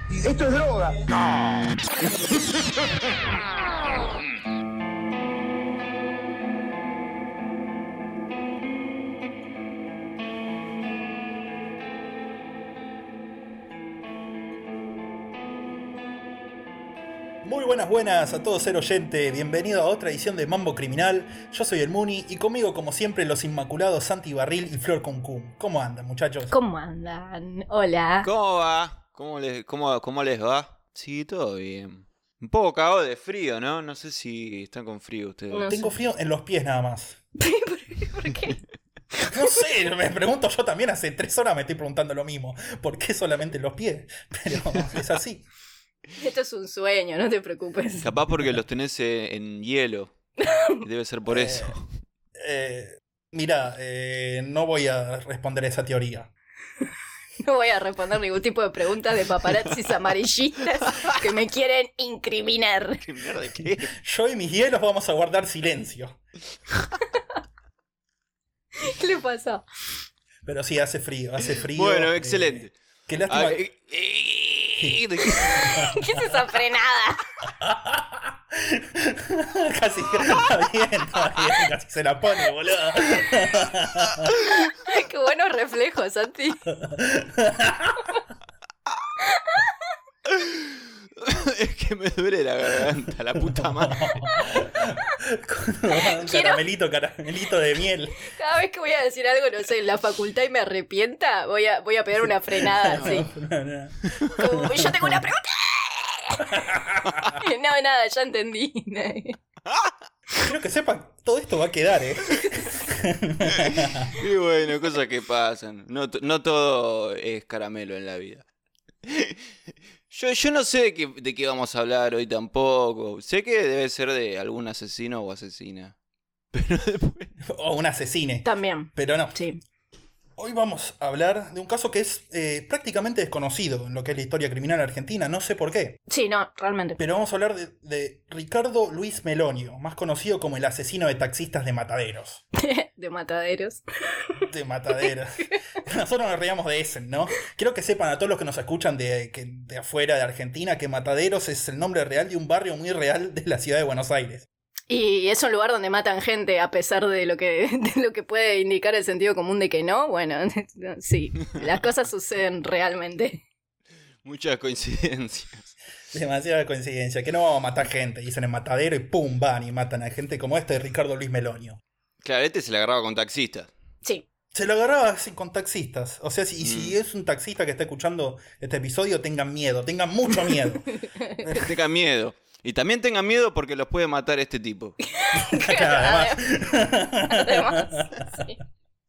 Esto es droga. Muy buenas a todos ser oyente, bienvenido a otra edición de Mambo Criminal. Yo soy el Muni y conmigo como siempre los inmaculados Santi Barril y Flor Cuncún. ¿Cómo andan, muchachos? ¿Cómo andan? Hola. ¿Cómo va? ¿Cómo les va? Sí, todo bien. Un poco cagado de frío, ¿no? No sé si están con frío ustedes. No Tengo sé. frío en los pies nada más. ¿Por qué? No sé, me pregunto yo también, hace 3 horas me estoy preguntando lo mismo. ¿Por qué solamente en los pies? Pero es así. Esto es un sueño, no te preocupes. Capaz porque los tenés en hielo. Debe ser por eso. Mira, no voy a responder esa teoría. No voy a responder ningún tipo de preguntas de paparazzis amarillistas que me quieren incriminar. ¿Qué mierda de qué? Yo y mis hielos vamos a guardar silencio. ¿Qué le pasó? Pero sí, hace frío. Bueno, excelente. Qué lástima. ¿Qué es esa frenada? Casi, está bien, casi se la pone, boludo. Qué buenos reflejos, Santi. Es que me duele la garganta, la puta madre. Caramelito de miel. Cada vez que voy a decir algo, no sé, en la facultad y me arrepienta, voy a pegar una frenada así. No. Como, yo tengo una pregunta. No, nada, ya entendí. Quiero que sepan, todo esto va a quedar, Y bueno, cosas que pasan. No todo es caramelo en la vida. Yo no sé de qué vamos a hablar hoy tampoco. Sé que debe ser de algún asesino o asesina. Pero después... O un asesine. También. Pero no. Sí. Hoy vamos a hablar de un caso que es prácticamente desconocido en lo que es la historia criminal argentina. No sé por qué. Sí, no, realmente. Pero vamos a hablar de Ricardo Luis Melonio, más conocido como el asesino de taxistas de Mataderos. De mataderos. De Mataderos. Nosotros nos reíamos de Essen, ¿no? Quiero que sepan a todos los que nos escuchan de afuera de Argentina que Mataderos es el nombre real de un barrio muy real de la ciudad de Buenos Aires. Y es un lugar donde matan gente a pesar de lo que puede indicar el sentido común de que no. Bueno, sí, las cosas suceden realmente. Muchas coincidencias. Demasiada coincidencia. Que no vamos a matar gente. Dicen en Matadero y pum, van y matan a gente como este de Ricardo Luis Melonio. Claro, este se le agarraba con taxistas. Sí. Se lo agarraba así con taxistas. O sea, si es un taxista que está escuchando este episodio, tengan miedo, tengan mucho miedo. Tengan miedo. Y también tengan miedo porque los puede matar este tipo. Claro, Además, sí.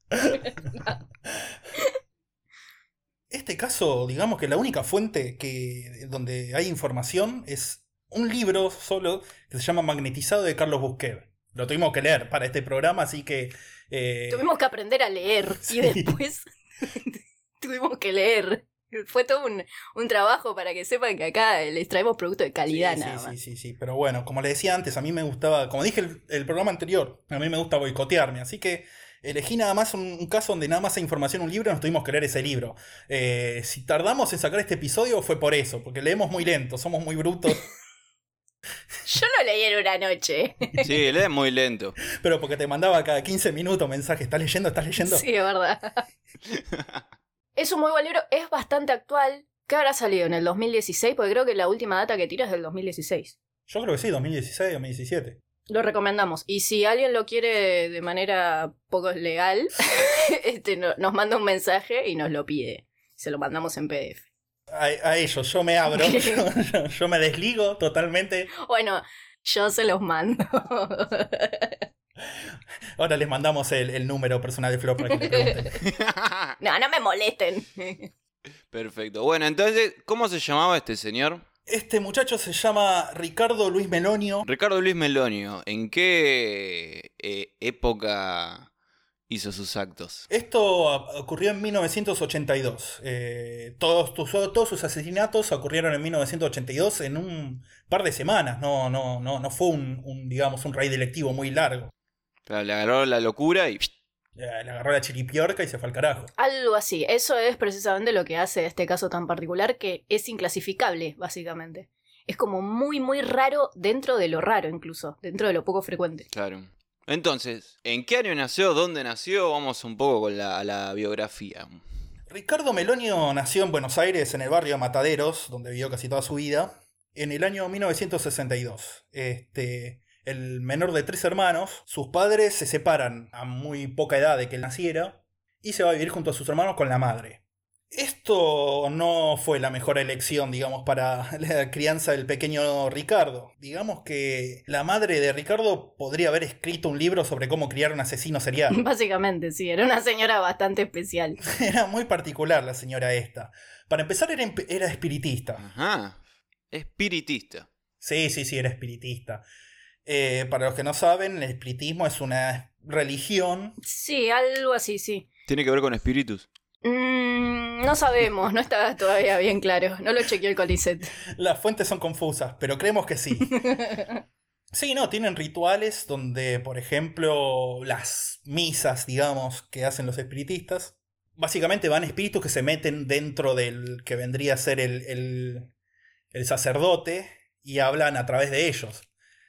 Este caso, digamos que la única fuente donde hay información es un libro solo que se llama Magnetizado de Carlos Busquet. Lo tuvimos que leer para este programa, así que... Tuvimos que aprender a leer Sí. y después tuvimos que leer. Fue todo un trabajo para que sepan que acá les traemos producto de calidad nada más. Sí. Pero bueno, como le decía antes, a mí me gustaba, como dije el programa anterior, a mí me gusta boicotearme, así que elegí nada más un caso donde nada más hay información en un libro y nos tuvimos que leer ese libro. Si tardamos en sacar este episodio fue por eso, porque leemos muy lento, somos muy brutos. Yo lo leí en una noche. Sí, lee muy lento. Pero porque te mandaba cada 15 minutos mensaje, ¿estás leyendo? Sí, es verdad. Es un muy buen libro, es bastante actual. ¿Qué habrá salido en el 2016? Porque creo que la última data que tira es del 2016. Yo creo que sí, 2016, 2017. Lo recomendamos. Y si alguien lo quiere de manera poco legal, nos manda un mensaje y nos lo pide. Se lo mandamos en PDF. A ellos, yo me abro, yo me desligo totalmente. Bueno, yo se los mando. Ahora les mandamos el número personal de Flor para que le pregunten. No me molesten. Perfecto. Bueno, entonces, ¿cómo se llamaba este señor? Este muchacho se llama Ricardo Luis Melonio. Ricardo Luis Melonio. ¿En qué época hizo sus actos? Esto ocurrió en 1982. Todos sus asesinatos ocurrieron en 1982 en un par de semanas. No fue digamos, un raid delictivo muy largo. Claro, le agarró la locura y... Le agarró la chiripiorca y se fue al carajo. Algo así. Eso es precisamente lo que hace este caso tan particular, que es inclasificable, básicamente. Es como muy, muy raro dentro de lo raro, incluso. Dentro de lo poco frecuente. Claro. Entonces, ¿en qué año nació? ¿Dónde nació? Vamos un poco con la biografía. Ricardo Melonio nació en Buenos Aires, en el barrio de Mataderos, donde vivió casi toda su vida, en el año 1962. El menor de 3 hermanos, sus padres se separan a muy poca edad de que él naciera y se va a vivir junto a sus hermanos con la madre. Esto no fue la mejor elección, digamos, para la crianza del pequeño Ricardo. Digamos que la madre de Ricardo podría haber escrito un libro sobre cómo criar un asesino serial. Básicamente, sí. Era una señora bastante especial. Era muy particular la señora esta. Para empezar, era espiritista. Ajá. Espiritista. Sí, era espiritista. Para los que no saben, el espiritismo es una religión. Sí, algo así, sí. ¿Tiene que ver con espíritus? No sabemos, no está todavía bien claro. No lo chequeó el Colicet. Las fuentes son confusas, pero creemos que sí. Sí, no, tienen rituales donde, por ejemplo, las misas, digamos, que hacen los espiritistas, básicamente van espíritus que se meten dentro del que vendría a ser el sacerdote y hablan a través de ellos.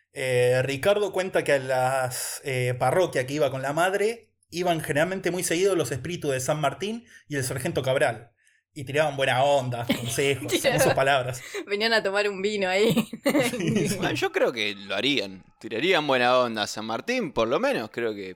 Ricardo cuenta que a las parroquias que iba con la madre iban generalmente muy seguidos los espíritus de San Martín y el sargento Cabral. Y tiraban buena onda, consejos, en sus palabras. Venían a tomar un vino ahí. Sí. Bueno, yo creo que lo harían. Tirarían buena onda a San Martín, por lo menos. Creo que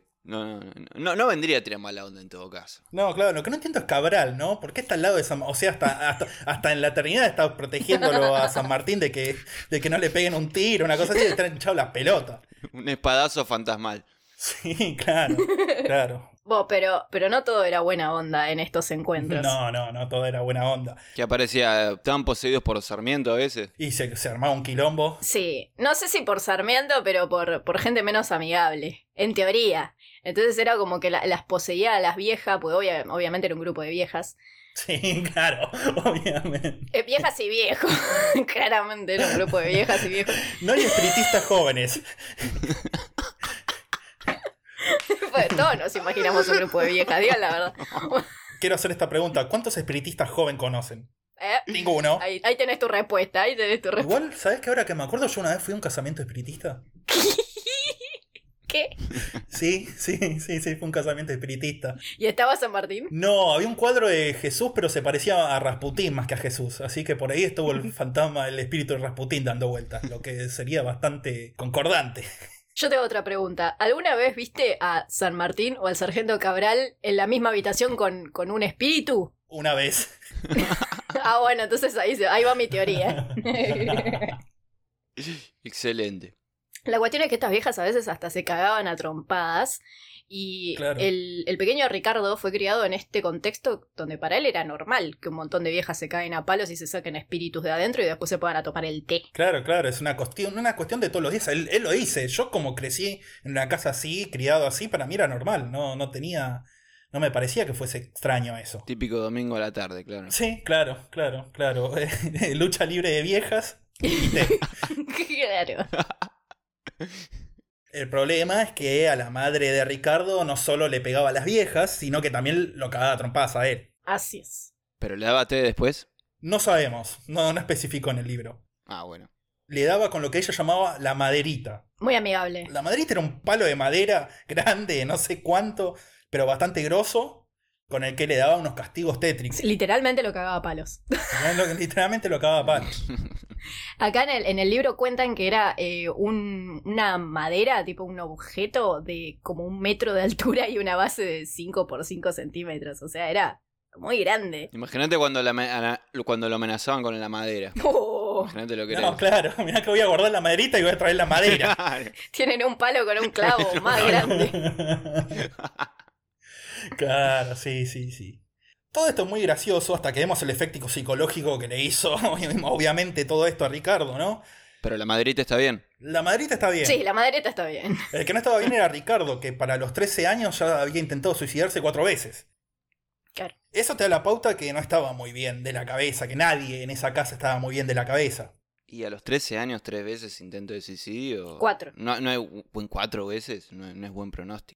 no vendría a tirar mala onda en todo caso. No, claro, lo que no entiendo es Cabral, ¿no? ¿Por qué está al lado de San Martín? O sea, hasta en la eternidad está protegiéndolo a San Martín de que no le peguen un tiro, una cosa así, de estar hinchado las pelotas. Un espadazo fantasmal. Sí, claro. Bueno, pero no todo era buena onda en estos encuentros. No, todo era buena onda. Que aparecía, estaban poseídos por Sarmiento a veces. Y se armaba un quilombo. Sí, no sé si por Sarmiento, pero por gente menos amigable, en teoría. Entonces era como que las poseía a las viejas, pues obviamente era un grupo de viejas. Sí, claro, obviamente. Viejas y viejos, claramente era un grupo de viejas y viejos. No hay espiritistas jóvenes. Pues todos nos imaginamos un grupo de viejas, digan la verdad. Quiero hacer esta pregunta, ¿cuántos espiritistas jóvenes conocen? Ninguno. Ahí tenés tu respuesta, Igual, ¿sabes qué? Ahora que me acuerdo, yo una vez fui a un casamiento espiritista. ¿Qué? Sí, fue un casamiento espiritista. ¿Y estaba San Martín? No, había un cuadro de Jesús, pero se parecía a Rasputín más que a Jesús. Así que por ahí estuvo el fantasma, el espíritu de Rasputín dando vueltas, lo que sería bastante concordante. Yo tengo otra pregunta. ¿Alguna vez viste a San Martín o al sargento Cabral en la misma habitación con un espíritu? Una vez. Bueno, entonces ahí va mi teoría. Excelente. La cuestión es que estas viejas a veces hasta se cagaban a trompadas. Y claro. el pequeño Ricardo fue criado en este contexto donde para él era normal que un montón de viejas se caen a palos y se saquen espíritus de adentro y después se puedan a tomar el té. Claro, es una cuestión de todos los días. Él lo dice. Yo como crecí en una casa así, criado así, para mí era normal. No me parecía que fuese extraño eso. Típico domingo a la tarde, claro. Sí, claro. Lucha libre de viejas y té. Claro. El problema es que a la madre de Ricardo no solo le pegaba a las viejas, sino que también lo cagaba a trompadas a él. Así es. ¿Pero le daba té después? No sabemos, no especificó en el libro. Ah, bueno. Le daba con lo que ella llamaba la maderita. Muy amigable. La maderita era un palo de madera grande, no sé cuánto, pero bastante grosso, con el que le daba unos castigos tétricos. Literalmente lo cagaba a palos. Literalmente lo cagaba a palos. Acá en el libro cuentan que era una madera, tipo un objeto de como 1 metro de altura y una base de 5 por 5 centímetros. O sea, era muy grande. Imagínate cuando lo amenazaban con la madera. Imagínate lo que era. No, claro, mirá que voy a guardar la maderita y voy a traer la madera. Tienen un palo con un clavo más grande. Claro, sí. Todo esto es muy gracioso hasta que vemos el efecto psicológico que le hizo, obviamente, todo esto a Ricardo, ¿no? Pero la maderita está bien. La maderita está bien. Sí, la maderita está bien. El que no estaba bien era Ricardo, que para los 13 años ya había intentado suicidarse 4 veces. Claro. Eso te da la pauta que no estaba muy bien de la cabeza, que nadie en esa casa estaba muy bien de la cabeza. ¿Y a los 13 años 3 veces intento de suicidio? 4. No es buen 4 veces, no es buen pronóstico.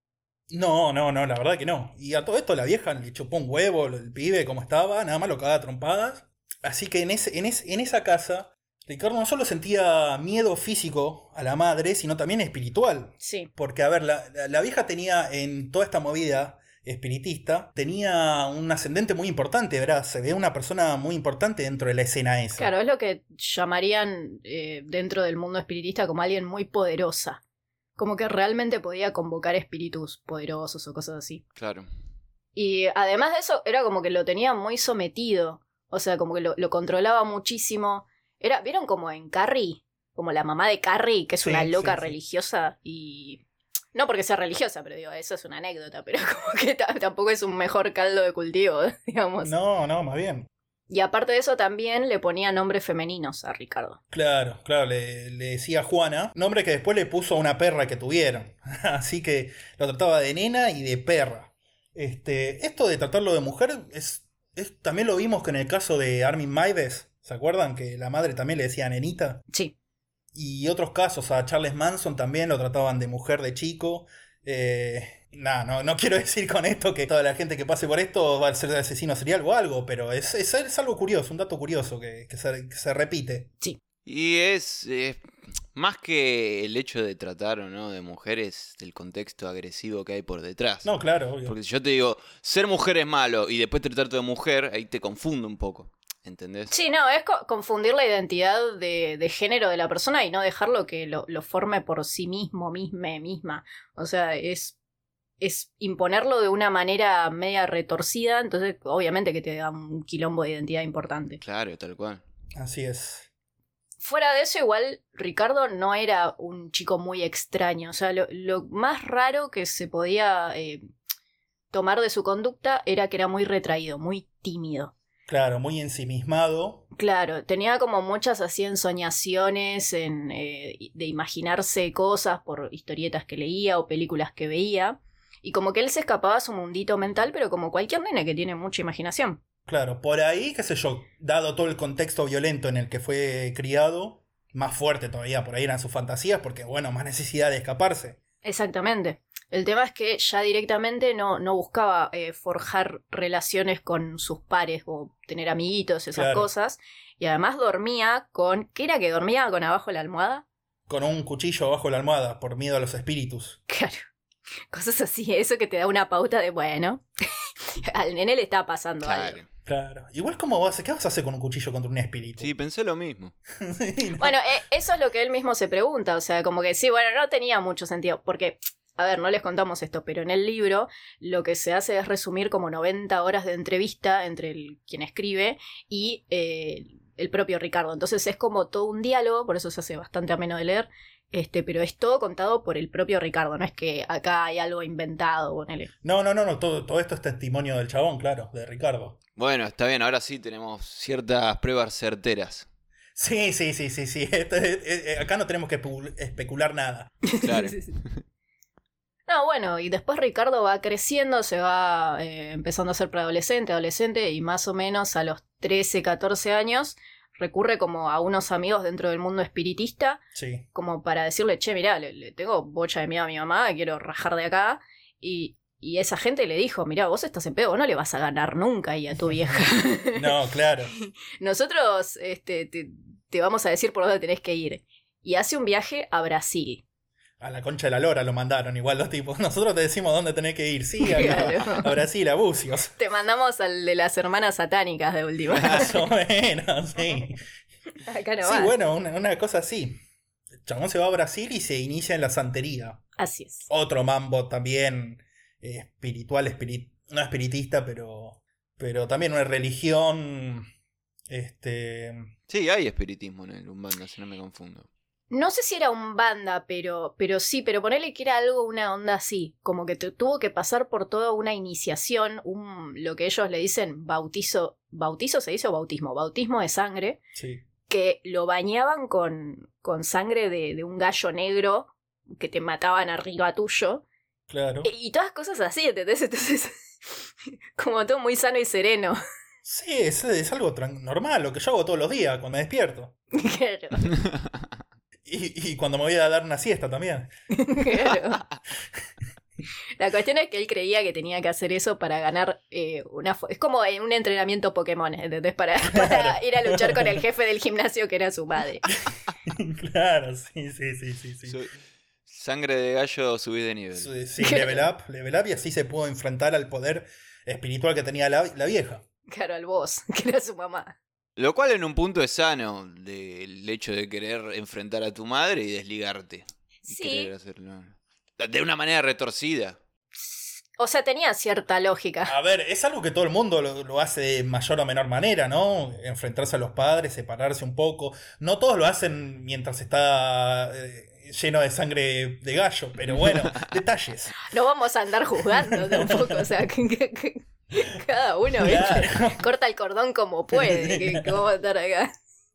No, la verdad que no. Y a todo esto la vieja le chupó un huevo, el pibe como estaba, nada más lo cagaba a trompadas. Así que en esa casa, Ricardo no solo sentía miedo físico a la madre, sino también espiritual. Sí. Porque, a ver, la vieja tenía en toda esta movida espiritista, tenía un ascendente muy importante, ¿verdad? Se ve una persona muy importante dentro de la escena esa. Claro, es lo que llamarían dentro del mundo espiritista como alguien muy poderosa. Como que realmente podía convocar espíritus poderosos o cosas así. Claro. Y además de eso, era como que lo tenía muy sometido. O sea, como que lo controlaba muchísimo. ¿Vieron como en Carrie? Como la mamá de Carrie, que es Sí, una loca sí. religiosa y... No porque sea religiosa, pero digo, eso es una anécdota, pero como que tampoco es un mejor caldo de cultivo, digamos. No, más bien. Y aparte de eso también le ponía nombres femeninos a Ricardo. Claro, le decía Juana, nombre que después le puso a una perra que tuvieron. Así que lo trataba de nena y de perra. Esto de tratarlo de mujer también lo vimos que en el caso de Armin Meiwes, ¿se acuerdan? Que la madre también le decía nenita. Sí. Y otros casos, a Charles Manson también lo trataban de mujer de chico. No quiero decir con esto que toda la gente que pase por esto va a ser asesino serial o algo, pero es algo curioso, un dato curioso que se repite. Sí. Y es más que el hecho de tratar o no de mujeres, del contexto agresivo que hay por detrás. No, claro, obvio. Porque si yo te digo, ser mujer es malo y después te trato de mujer, ahí te confundo un poco. ¿Entendés? Sí, no, es confundir la identidad de género de la persona y no dejarlo que lo forme por sí mismo, misma. O sea, es imponerlo de una manera media retorcida, entonces obviamente que te da un quilombo de identidad importante. Claro, tal cual. Así es. Fuera de eso, igual Ricardo no era un chico muy extraño. O sea, lo más raro que se podía tomar de su conducta era que era muy retraído, muy tímido. Claro, muy ensimismado. Claro, tenía como muchas así ensoñaciones de imaginarse cosas por historietas que leía o películas que veía. Y como que él se escapaba a su mundito mental, pero como cualquier nene que tiene mucha imaginación. Claro, por ahí, qué sé yo, dado todo el contexto violento en el que fue criado, más fuerte todavía, por ahí eran sus fantasías, porque bueno, más necesidad de escaparse. Exactamente. El tema es que ya directamente no buscaba forjar relaciones con sus pares o tener amiguitos, esas Claro. cosas. Y además dormía con... ¿Qué era que dormía con abajo la almohada? Con un cuchillo bajo la almohada, por miedo a los espíritus. Claro. Cosas así, eso que te da una pauta de, bueno, al nene le está pasando algo. Claro. Claro. Igual, ¿qué vas a hacer con un cuchillo contra un espíritu? Sí, pensé lo mismo. Sí, no. Bueno, eso es lo que él mismo se pregunta, o sea, como que sí, bueno, no tenía mucho sentido, porque, a ver, no les contamos esto, pero en el libro lo que se hace es resumir como 90 horas de entrevista entre quien escribe y el propio Ricardo. Entonces es como todo un diálogo, por eso se hace bastante ameno de leer, pero es todo contado por el propio Ricardo, no es que acá hay algo inventado, ponele. No, todo esto es testimonio del chabón, claro, de Ricardo. Bueno, está bien, ahora sí tenemos ciertas pruebas certeras. Sí. Acá no tenemos que especular nada. Claro. Sí. No, bueno, y después Ricardo va creciendo, se va empezando a ser preadolescente, adolescente, y más o menos a los 13, 14 años recurre como a unos amigos dentro del mundo espiritista, Sí. como para decirle, che, mirá, le tengo bocha de miedo a mi mamá, quiero rajar de acá, y esa gente le dijo, mirá, vos estás en pedo, vos no le vas a ganar nunca ahí a tu vieja. No, claro. Nosotros te vamos a decir por dónde tenés que ir. Y hace un viaje a Brasil. A la concha de la lora lo mandaron igual los tipos. Nosotros te decimos dónde tenés que ir. Sí, acá, Claro. a Brasil, a Bucios. Te mandamos al de las hermanas satánicas de última. Más o menos, sí. Acá no Sí, va. bueno, una cosa así. El chabón se va a Brasil y se inicia en la santería. Así es. Otro mambo también espiritual, no espiritista, pero también una religión. Sí, hay espiritismo en el Umbanda, si no me confundo. No sé si era un banda, pero sí, pero ponele que era algo, una onda así, como que tuvo que pasar por toda una iniciación, lo que ellos le dicen bautizo se dice o bautismo de sangre, Sí. que lo bañaban con sangre de un gallo negro que te mataban arriba tuyo, Claro. y todas cosas así, ¿entendés? Entonces, como todo muy sano y sereno. Sí, es algo normal, lo que yo hago todos los días cuando me despierto. Claro, Y cuando me voy a dar una siesta también. claro. La cuestión es que él creía que tenía que hacer eso para ganar es como en un entrenamiento Pokémon, ¿entendés? Para ir a luchar con el jefe del gimnasio que era su madre. Claro, sí. Sangre de gallo, subí de nivel. Sí, level up, y así se pudo enfrentar al poder espiritual que tenía la vieja. Claro, al boss, que era su mamá. Lo cual en un punto es sano, del hecho de querer enfrentar a tu madre y desligarte. Y Sí. querer hacerlo de una manera retorcida. O sea, tenía cierta lógica. A ver, es algo que todo el mundo lo hace de mayor o menor manera, ¿no? Enfrentarse a los padres, separarse un poco. No todos lo hacen mientras está lleno de sangre de gallo, pero bueno, detalles. No vamos a andar juzgando tampoco, o sea, que cada uno, ¿viste? Claro. Corta el cordón como puede, que vamos a estar acá.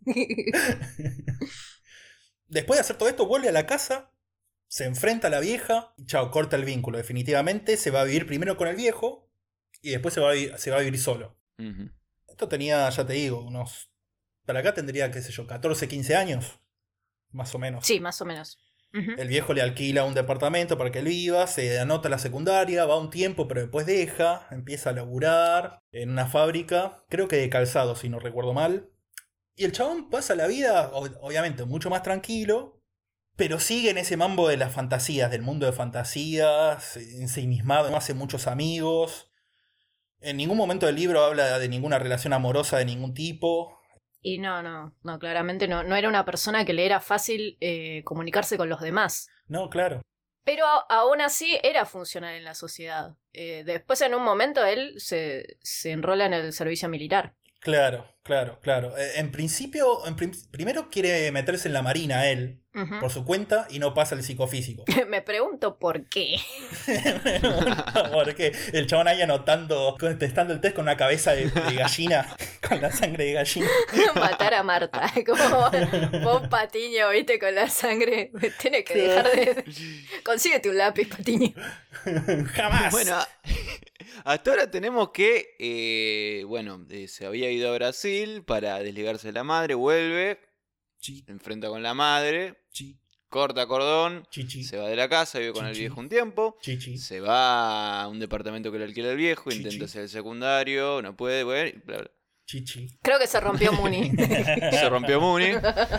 Después de hacer todo esto, vuelve a la casa, se enfrenta a la vieja y chao, corta el vínculo. Definitivamente se va a vivir primero con el viejo y después se va a vivir solo. Ujú. Esto tenía, ya te digo, para acá tendría, qué sé yo, 14, 15 años, más o menos. Sí, más o menos. Ujú. El viejo le alquila un departamento para que él viva, se anota a la secundaria, va un tiempo, pero después deja, empieza a laburar en una fábrica, creo que de calzado, si no recuerdo mal. Y el chabón pasa la vida, obviamente, mucho más tranquilo, pero sigue en ese mambo de las fantasías, del mundo de fantasías, ensimismado, no hace muchos amigos. En ningún momento del libro habla de ninguna relación amorosa de ningún tipo. Y no, claramente no era una persona que le era fácil comunicarse con los demás. No, claro. Pero aún así era funcional en la sociedad. Después en un momento él se enrola en el servicio militar. Claro. En principio, primero quiere meterse en la marina él, Ujú. por su cuenta, y no pasa el psicofísico. Me pregunto por qué. Porque el chabón ahí anotando, contestando el test con una cabeza de gallina, con la sangre de gallina. Matar a Marta. Como vos, Patiño, viste, con la sangre. Tienes que dejar de... Consíguete un lápiz, Patiño. Jamás. Bueno, hasta ahora tenemos que, se había ido a Brasil para desligarse de la madre, vuelve, Chi, se enfrenta con la madre, chi, corta cordón, chi, se va de la casa, vive con el Chi. viejo un tiempo, chi. se va a un departamento que le alquila el viejo, Chi. intenta hacer el secundario, no puede, bueno, y bla, bla. Chi. Creo que se rompió Muni. Se rompió Muni.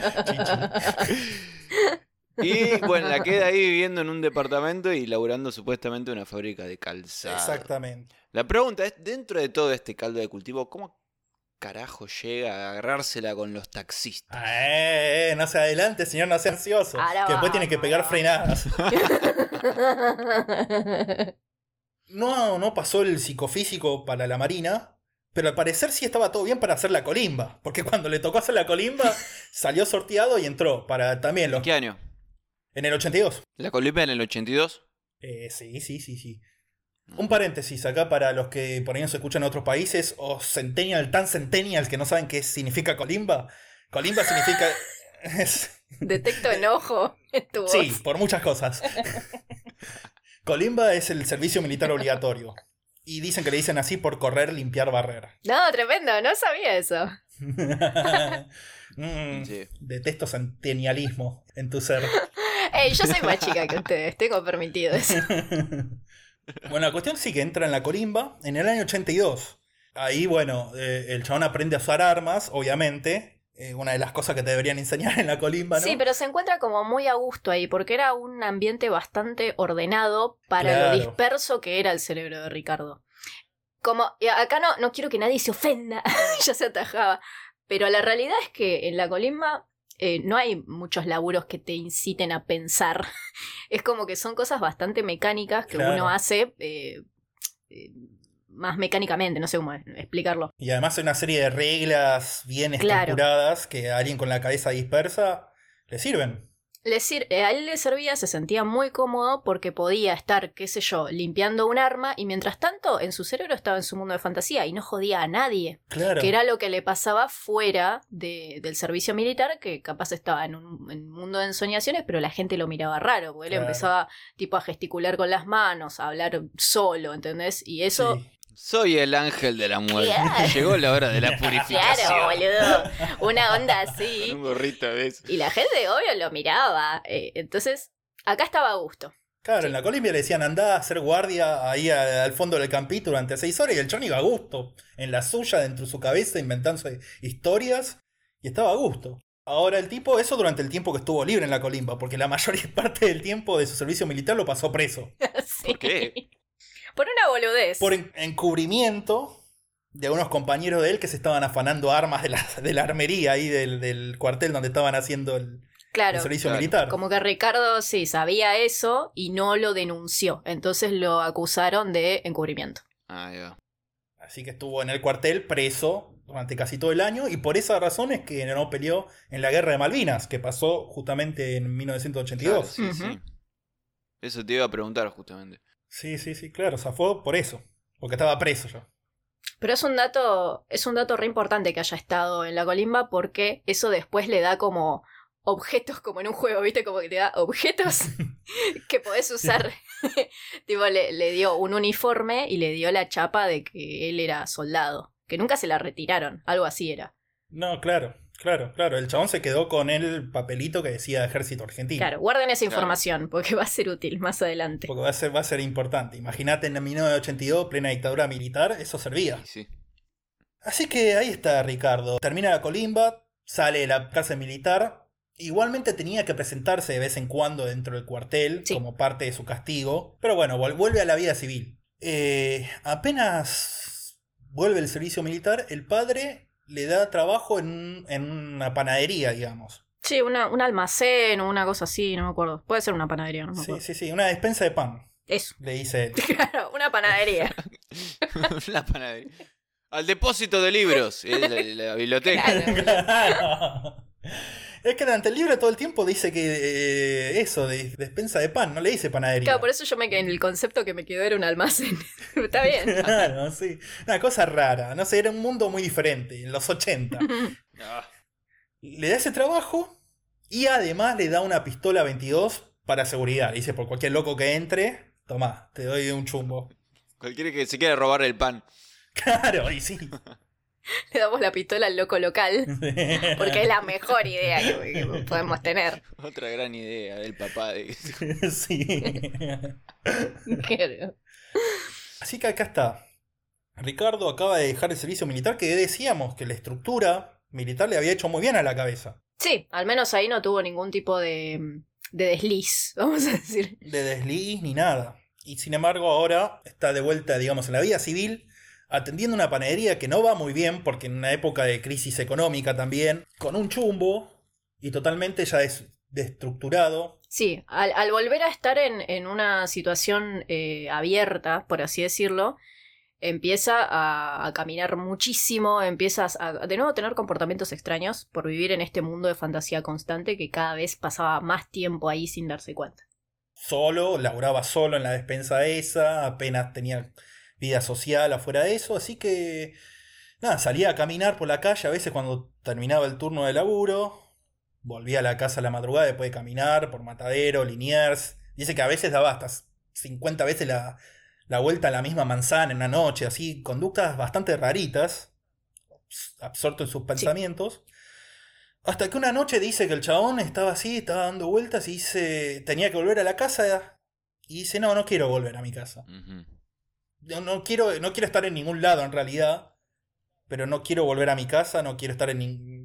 Y bueno, la queda ahí viviendo en un departamento y laburando supuestamente en una fábrica de calzado. Exactamente. La pregunta es, dentro de todo este caldo de cultivo, ¿cómo carajo llega a agarrársela con los taxistas? No se adelante, señor, no sea ansioso. Ahora que después tiene que pegar vamos. frenadas. No pasó el psicofísico para la marina, pero al parecer sí estaba todo bien para hacer la colimba. Porque cuando le tocó hacer la colimba, salió sorteado y entró para también ¿En los... qué año? En el 82. ¿La Colombia en el 82? Sí. Un paréntesis acá para los que por ahí no se escuchan en otros países, o tan centennials que no saben qué significa colimba. Colimba significa... Detecto enojo en tu voz. Sí, por muchas cosas. Colimba es el servicio militar obligatorio. Y dicen que le dicen así por correr, limpiar, barrer. No, tremendo, no sabía eso. Sí. Detesto centenialismo en tu ser. Ey, yo soy más chica que ustedes, tengo permitido eso. Bueno, la cuestión sí que entra en la colimba en el año 82. Ahí, bueno, el chabón aprende a usar armas, obviamente. Una de las cosas que te deberían enseñar en la colimba, ¿no? Sí, pero se encuentra como muy a gusto ahí, porque era un ambiente bastante ordenado para Claro. lo disperso que era el cerebro de Ricardo. Como, y acá no quiero que nadie se ofenda, ya se atajaba, pero la realidad es que en la colimba no hay muchos laburos que te inciten a pensar. Es como que son cosas bastante mecánicas que Claro. uno hace más mecánicamente, no sé cómo explicarlo. Y además hay una serie de reglas bien Claro. estructuradas que a alguien con la cabeza dispersa le sirven. A él le servía, se sentía muy cómodo porque podía estar, qué sé yo, limpiando un arma y mientras tanto en su cerebro estaba en su mundo de fantasía y no jodía a nadie. Claro. Que era lo que le pasaba fuera del servicio militar, que capaz estaba en un mundo de ensoñaciones, pero la gente lo miraba raro, porque él Claro. empezaba tipo a gesticular con las manos, a hablar solo, ¿entendés? Y eso... Sí. Soy el ángel de la muerte. Claro. Llegó la hora de la purificación. Claro, boludo. Una onda así. Un gorrito de eso. Y la gente, obvio, lo miraba. Entonces, acá estaba a gusto. Claro, en la Colombia le decían andá a hacer guardia ahí al fondo del campito durante 6 horas y el chon iba a gusto, en la suya, dentro de su cabeza, inventándose historias y estaba a gusto. Ahora el tipo, eso durante el tiempo que estuvo libre en la Colimba, porque la mayor parte del tiempo de su servicio militar lo pasó preso. Sí. ¿Por qué? Por una boludez. Por encubrimiento de unos compañeros de él que se estaban afanando armas de la armería ahí del cuartel donde estaban haciendo el Claro, servicio claro. militar. como que Ricardo sí sabía eso y no lo denunció. Entonces lo acusaron de encubrimiento. Ahí va. Así que estuvo en el cuartel preso durante casi todo el año y por esa razón es que no peleó en la guerra de Malvinas, que pasó justamente en 1982. Claro, sí, Ujú. sí. Eso te iba a preguntar justamente. Sí, claro, zafó por eso, porque estaba preso yo. Pero es un dato re importante que haya estado en la Colimba porque eso después le da como objetos, como en un juego, ¿viste? Como que te da objetos que podés usar. Tipo, le dio un uniforme y le dio la chapa de que él era soldado. Que nunca se la retiraron, algo así era. No, claro. El chabón se quedó con el papelito que decía Ejército Argentino. Claro, guarden esa Claro. información porque va a ser útil más adelante. Porque va a ser importante. Imagínate en 1982, plena dictadura militar, eso servía. Y sí. Así que ahí está Ricardo. Termina la Colimba, sale de la cárcel militar. Igualmente tenía que presentarse de vez en cuando dentro del cuartel, Sí. como parte de su castigo. Pero bueno, vuelve a la vida civil. Apenas vuelve el servicio militar, el padre le da trabajo en una panadería, digamos. Sí, un almacén o una cosa así, no me acuerdo. Puede ser una panadería, no me acuerdo. Sí, una despensa de pan, Eso. le dice él. Claro, una panadería. La panadería. Al depósito de libros. Es la biblioteca. Claro. Claro. Es que durante el libro todo el tiempo dice que eso, de despensa de pan, no le dice panadería. Claro, por eso yo me quedé en el concepto que me quedó era un almacén. Está bien. Claro, sí. Una cosa rara. No sé, era un mundo muy diferente, en los 80. Ah, Le da ese trabajo y además le da una pistola 22 para seguridad. Dice, por cualquier loco que entre, tomá, te doy un chumbo. cualquiera que se quiera robar el pan. Claro, y sí. Le damos la pistola al loco local. Porque es la mejor idea que podemos tener. Otra gran idea del papá de... Sí. Claro. Así que acá está. Ricardo acaba de dejar el servicio militar que decíamos que la estructura militar le había hecho muy bien a la cabeza. Sí, al menos ahí no tuvo ningún tipo de desliz, vamos a decir. De desliz ni nada. Y sin embargo ahora está de vuelta, digamos, en la vida civil, atendiendo una panadería que no va muy bien, porque en una época de crisis económica también, con un chumbo y totalmente ya destructurado. Sí, al volver a estar en una situación abierta, por así decirlo, empieza a caminar muchísimo, empieza a de nuevo tener comportamientos extraños por vivir en este mundo de fantasía constante que cada vez pasaba más tiempo ahí sin darse cuenta. Solo, laburaba solo en la despensa esa, apenas tenía vida social afuera de eso, así que nada, salía a caminar por la calle a veces cuando terminaba el turno de laburo, volvía a la casa a la madrugada después de caminar por Matadero, Liniers, dice que a veces daba hasta 50 veces la vuelta a la misma manzana en una noche, así, conductas bastante raritas, absorto en sus pensamientos. Hasta que una noche dice que el chabón estaba así, estaba dando vueltas y dice, tenía que volver a la casa y dice, no quiero volver a mi casa. Ujú. No quiero estar en ningún lado en realidad, pero no quiero volver a mi casa, no quiero estar en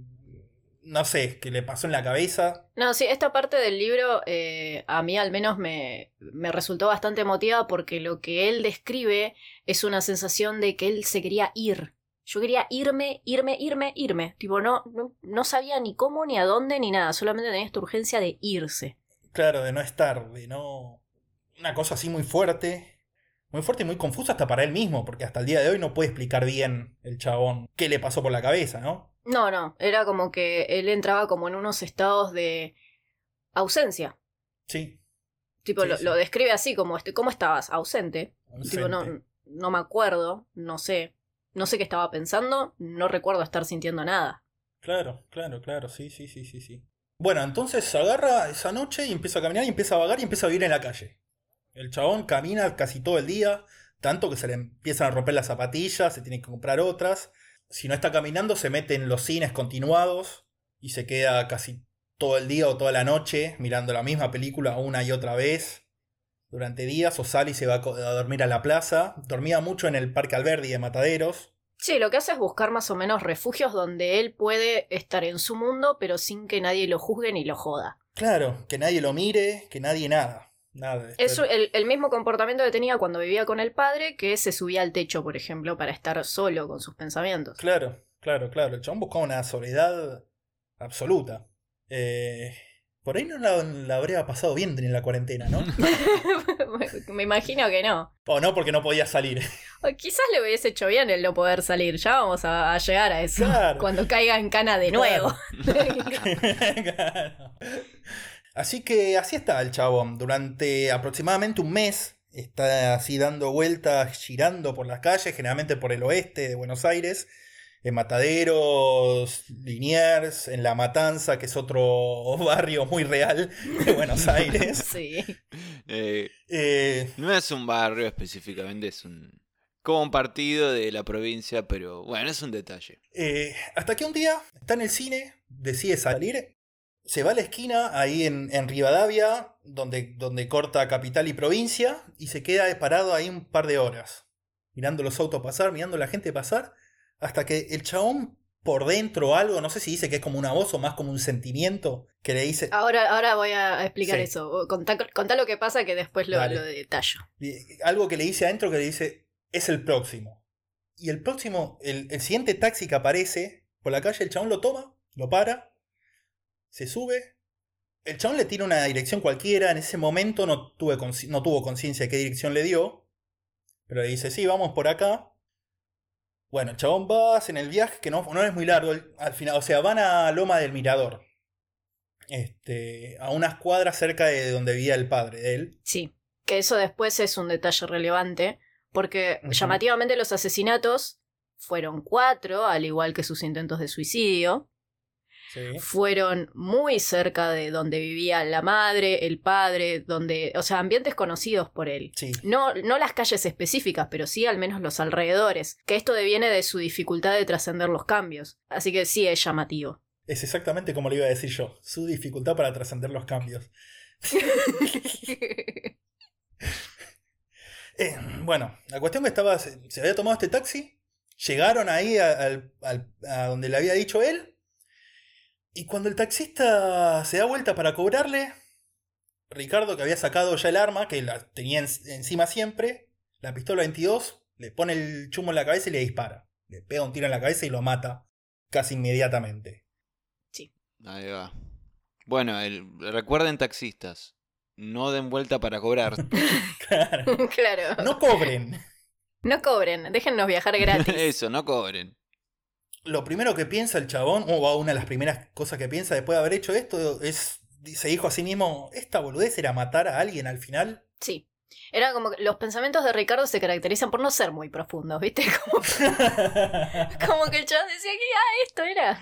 no sé, qué le pasó en la cabeza. No, sí, esta parte del libro a mí al menos me resultó bastante emotiva porque lo que él describe es una sensación de que él se quería ir. Yo quería irme. Tipo, no sabía ni cómo, ni a dónde, ni nada. Solamente tenía esta urgencia de irse. Claro, de no estar, de no... Una cosa así muy fuerte y muy confusa hasta para él mismo, porque hasta el día de hoy no puede explicar bien el chabón qué le pasó por la cabeza, ¿no? No, era como que él entraba como en unos estados de ausencia. Sí. Tipo, Sí, sí. lo describe así, como, ¿cómo estabas? Ausente. Tipo, Ausente. no me acuerdo, no sé qué estaba pensando, no recuerdo estar sintiendo nada. Claro, sí. Bueno, entonces agarra esa noche y empieza a caminar y empieza a vagar y empieza a vivir en la calle. El chabón camina casi todo el día, tanto que se le empiezan a romper las zapatillas, se tiene que comprar otras. Si no está caminando, se mete en los cines continuados y se queda casi todo el día o toda la noche mirando la misma película una y otra vez. durante días o sale y se va a dormir a la plaza. Dormía mucho en el Parque Alberdi de Mataderos. Sí, lo que hace es buscar más o menos refugios donde él puede estar en su mundo, pero sin que nadie lo juzgue ni lo joda. Claro, que nadie lo mire, que nadie nada. Nada. Es el mismo comportamiento que tenía cuando vivía con el padre, que se subía al techo, por ejemplo, para estar solo con sus pensamientos. Claro. El chabón buscaba una soledad absoluta. Por ahí no la habría pasado bien en la cuarentena, ¿no? Me imagino que no. O no, porque no podía salir. O quizás le hubiese hecho bien el no poder salir. Ya vamos a llegar a eso. Claro. Cuando caiga en cana de nuevo. Claro. Así que así está el chabón. Durante aproximadamente un mes está así dando vueltas, girando por las calles, generalmente por el oeste de Buenos Aires, en Mataderos, Liniers, en La Matanza, que es otro barrio muy real de Buenos Aires. Sí. No es un barrio específicamente, es como un partido de la provincia, pero bueno, es un detalle. Hasta que un día está en el cine, decide salir, se va a la esquina ahí en Rivadavia, donde corta capital y provincia, y se queda parado ahí un par de horas, mirando los autos pasar, mirando a la gente pasar, hasta que el chabón por dentro algo, no sé si dice que es como una voz o más como un sentimiento, que le dice... Ahora voy a explicar Sí. eso. Contá lo que pasa que después lo detallo. Algo que le dice adentro que le dice, es el próximo. Y el próximo, el siguiente taxi que aparece por la calle, el chabón lo toma, lo para, se sube. El chabón le tira una dirección cualquiera. En ese momento no tuvo conciencia de qué dirección le dio. Pero le dice, sí, vamos por acá. Bueno, el chabón va, hacen el viaje, que no es muy largo. Al final, o sea, van a Loma del Mirador. A unas cuadras cerca de donde vivía el padre de él. Sí, que eso después es un detalle relevante, porque llamativamente los asesinatos fueron 4, al igual que sus intentos de suicidio. Sí. Fueron muy cerca de donde vivía la madre, el padre, o sea, ambientes conocidos por él. Sí. No las calles específicas, pero sí al menos los alrededores, que esto deviene de su dificultad de trascender los cambios. Así que sí es llamativo. Es exactamente como lo iba a decir yo. Su dificultad para trascender los cambios. Bueno, la cuestión que se había tomado este taxi. Llegaron ahí a donde le había dicho él. Y cuando el taxista se da vuelta para cobrarle, Ricardo, que había sacado ya el arma, que la tenía encima siempre, la pistola 22, le pone el chumbo en la cabeza y le dispara. Le pega un tiro en la cabeza y lo mata casi inmediatamente. Sí. Ahí va. Bueno, recuerden taxistas, no den vuelta para cobrar. Claro. Claro. No cobren. No cobren, déjennos viajar gratis. Eso, no cobren. Lo primero que piensa el chabón, o una de las primeras cosas que piensa después de haber hecho esto, se dijo a sí mismo, ¿esta boludez era matar a alguien al final? Sí. Era como que los pensamientos de Ricardo se caracterizan por no ser muy profundos, ¿viste? Como que el chabón decía que esto era.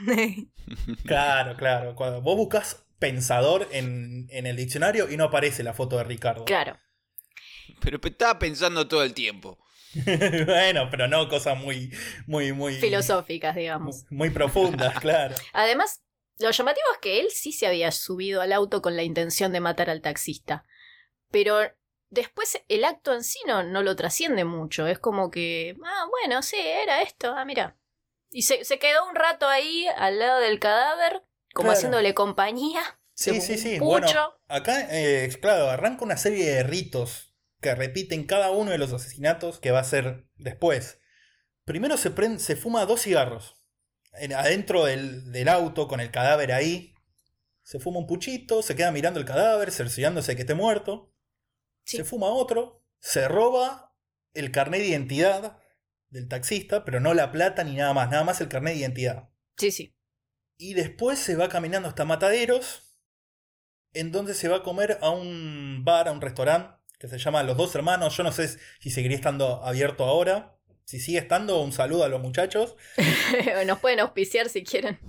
Claro. Cuando vos buscas pensador en el diccionario y no aparece la foto de Ricardo. Claro. Pero estaba pensando todo el tiempo. Bueno, pero no cosas muy Filosóficas, digamos. muy profundas, claro. Además, lo llamativo es que él sí se había subido al auto con la intención de matar al taxista. Pero después el acto en sí no lo trasciende mucho. Es como que, bueno, sí, era esto, mira. Y se quedó un rato ahí al lado del cadáver, como Claro. haciéndole compañía. Sí. Pucho. Bueno, acá, claro, arranca una serie de ritos que repiten cada uno de los asesinatos que va a hacer después. Primero se fuma 2 cigarros adentro del auto con el cadáver ahí. Se fuma un puchito, se queda mirando el cadáver, cerciorándose de que esté muerto. Sí. Se fuma otro, se roba el carnet de identidad del taxista, pero no la plata ni nada más el carnet de identidad. Sí. Y después se va caminando hasta Mataderos, en donde se va a comer a un bar, a un restaurante, que se llama Los Dos Hermanos. Yo no sé si seguiría estando abierto ahora. Si sigue estando, un saludo a los muchachos. Nos pueden auspiciar si quieren.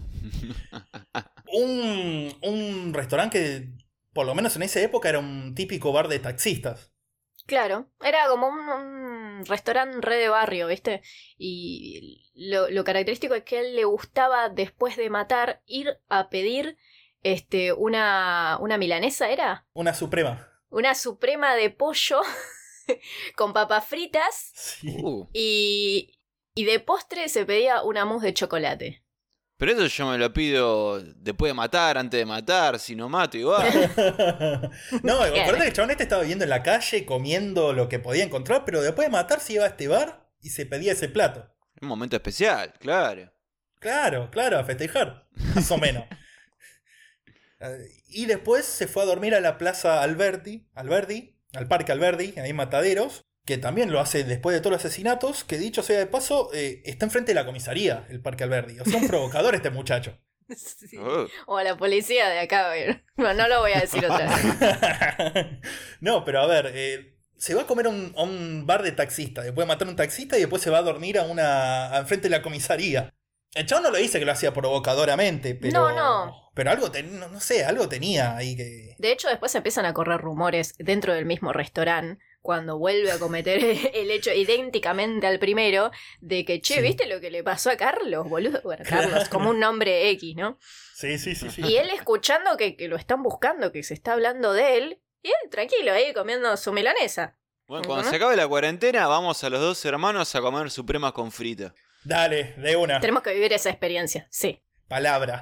Un restaurante que, por lo menos en esa época, era un típico bar de taxistas. Claro, era como un restaurante re de barrio, ¿viste? Y lo característico es que a él le gustaba, después de matar, ir a pedir una milanesa, ¿era? Una suprema. una suprema de pollo con papas fritas Sí. y de postre se pedía una mousse de chocolate. Pero eso yo me lo pido después de matar, antes de matar, si no mato igual. No, acuérdate que el chabón este estaba viviendo en la calle, comiendo lo que podía encontrar, pero después de matar se iba a este bar y se pedía ese plato. Un momento especial, claro. Claro, a festejar, más o menos. Y después se fue a dormir a la Plaza Alberdi, al Parque Alberdi, ahí en Mataderos, que también lo hace después de todos los asesinatos, que dicho sea de paso, está enfrente de la comisaría, el Parque Alberdi. O sea, un provocador este muchacho. Sí. Oh. O a la policía de acá. Bueno, no lo voy a decir otra vez. No, pero a ver, se va a comer a un bar de taxista, después de matar a un taxista y después se va a dormir a enfrente de la comisaría. El chavo no lo dice que lo hacía provocadoramente, pero... No. Pero algo, no sé, algo tenía ahí que... De hecho, después empiezan a correr rumores dentro del mismo restaurante, cuando vuelve a cometer el hecho idénticamente al primero, de que, che, Sí. ¿viste lo que le pasó a Carlos, boludo? Bueno, Carlos, Claro. como un nombre X, ¿no? Sí. Y él escuchando que lo están buscando, que se está hablando de él, y él tranquilo ahí comiendo su milanesa. Bueno, cuando se acabe la cuarentena, vamos a los dos hermanos a comer supremas con frita. Dale, de una. Tenemos que vivir esa experiencia, sí. Palabra.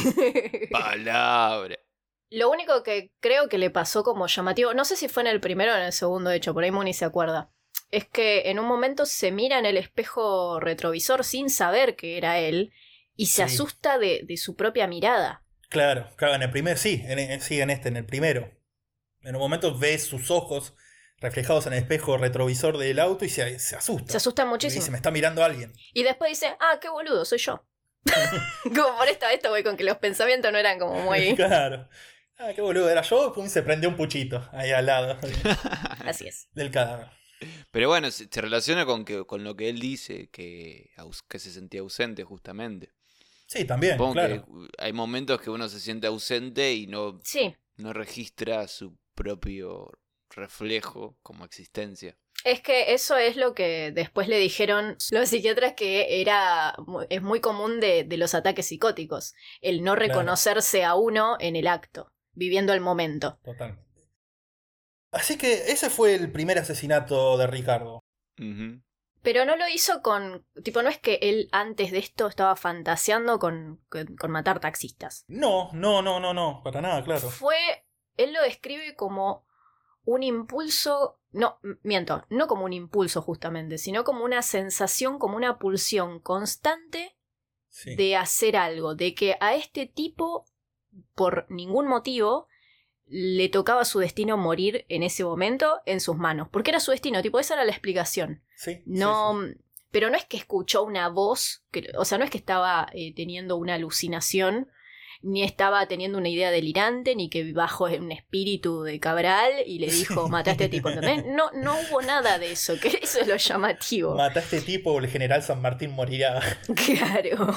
Palabra. Lo único que creo que le pasó como llamativo, no sé si fue en el primero o en el segundo hecho, por ahí Muni se acuerda, es que en un momento se mira en el espejo retrovisor sin saber que era él y se Sí. asusta de su propia mirada. Claro, en el primer sí, en el primero. En un momento ves sus ojos reflejados en el espejo retrovisor del auto y se asusta. Se asusta Y muchísimo. dice, me está mirando alguien. Y después dice, ah, qué boludo, soy yo. Como por esta vez, voy con que los pensamientos no eran como muy... Claro. Ah, qué boludo, era yo, pum, se prendió un puchito ahí al lado Así es. del cadáver. Pero bueno, se relaciona con lo que él dice, que se sentía ausente justamente. Sí, también, Supongo claro. que hay momentos que uno se siente ausente y Sí, no registra su propio reflejo como existencia. es que eso es lo que después le dijeron los psiquiatras que es muy común de los ataques psicóticos, el no reconocerse a uno en el acto, viviendo el momento. Totalmente. Así que ese fue el primer asesinato de Ricardo. Ujú. Pero no lo hizo con... Tipo, no es que él antes de esto estaba fantaseando con matar taxistas. No, para nada, claro. Él lo describe como un impulso... No, miento, no como un impulso justamente, sino como una sensación, como una pulsión constante Sí. de hacer algo, de que a este tipo, por ningún motivo, le tocaba su destino morir en ese momento en sus manos, porque era su destino, tipo, esa era la explicación. Sí, No, sí. pero no es que escuchó una voz, o sea, no es que estaba teniendo una alucinación, ni estaba teniendo una idea delirante, ni que bajó en un espíritu de Cabral y le dijo, mata a este tipo, ¿entendés? No hubo nada de eso, que eso es lo llamativo. Mata a este tipo o el general San Martín morirá. Claro.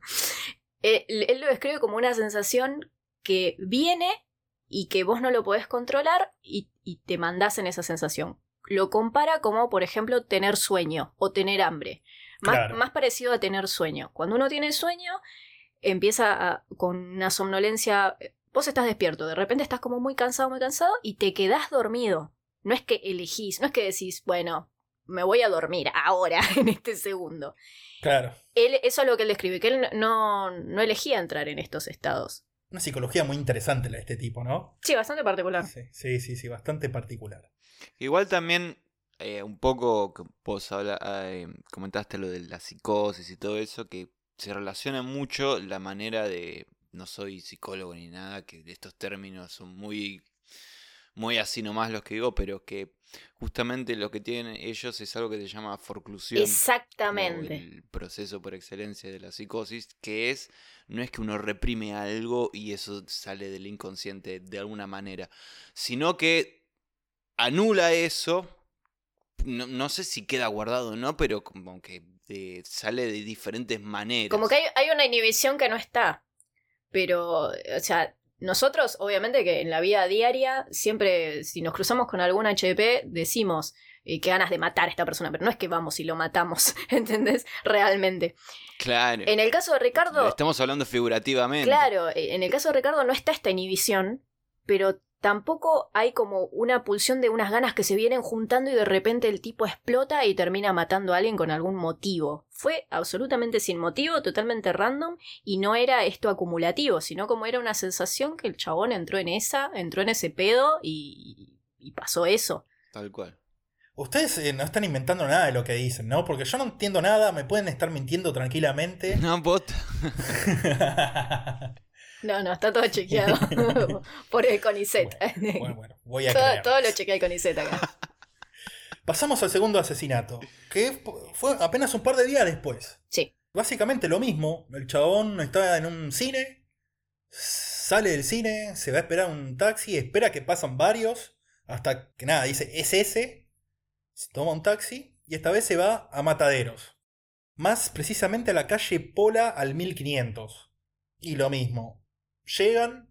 Él lo describe como una sensación que viene y que vos no lo podés controlar y te mandás en esa sensación. Lo compara como, por ejemplo, tener sueño o tener hambre. Claro. Más parecido a tener sueño. Cuando uno tiene sueño, empieza con una somnolencia. Vos estás despierto, de repente estás como muy cansado y te quedás dormido. No es que elegís, no es que decís, bueno, me voy a dormir ahora, en este segundo. Claro. Eso es lo que él describe, que él no elegía entrar en estos estados. Una psicología muy interesante la de este tipo, ¿no? Sí, bastante particular. Sí, bastante particular. Igual también, un poco, que vos comentaste lo de la psicosis y todo eso, que se relaciona mucho la manera de... No soy psicólogo ni nada, que estos términos son muy así nomás los que digo, pero que justamente lo que tienen ellos es algo que se llama forclusión. Exactamente. Como el proceso por excelencia de la psicosis, que no es que uno reprime algo y eso sale del inconsciente de alguna manera, sino que anula eso, no sé si queda guardado o no, pero como que sale de diferentes maneras. Como que hay una inhibición que no está. Pero, o sea, nosotros, obviamente que en la vida diaria, siempre, si nos cruzamos con algún HDP, decimos qué ganas de matar a esta persona, pero no es que vamos y lo matamos, ¿entendés? Realmente. Claro. En el caso de Ricardo... Estamos hablando figurativamente. Claro, en el caso de Ricardo no está esta inhibición, pero tampoco hay como una pulsión de unas ganas que se vienen juntando y de repente el tipo explota y termina matando a alguien con algún motivo. Fue absolutamente sin motivo, totalmente random, y no era esto acumulativo, sino como era una sensación que el chabón entró en ese pedo y pasó eso. Tal cual. Ustedes no están inventando nada de lo que dicen, ¿no? Porque yo no entiendo nada, me pueden estar mintiendo tranquilamente. No, bota. No, está todo chequeado por el CONICET. Bueno, voy a creer. Todo lo chequea el CONICET acá. Pasamos al segundo asesinato, que fue apenas un par de días después. Sí. Básicamente lo mismo, el chabón está en un cine, sale del cine, se va a esperar un taxi, espera que pasan varios, hasta que nada, dice, es ese, se toma un taxi y esta vez se va a Mataderos. Más precisamente a la calle Pola al 1500. Y lo mismo, llegan,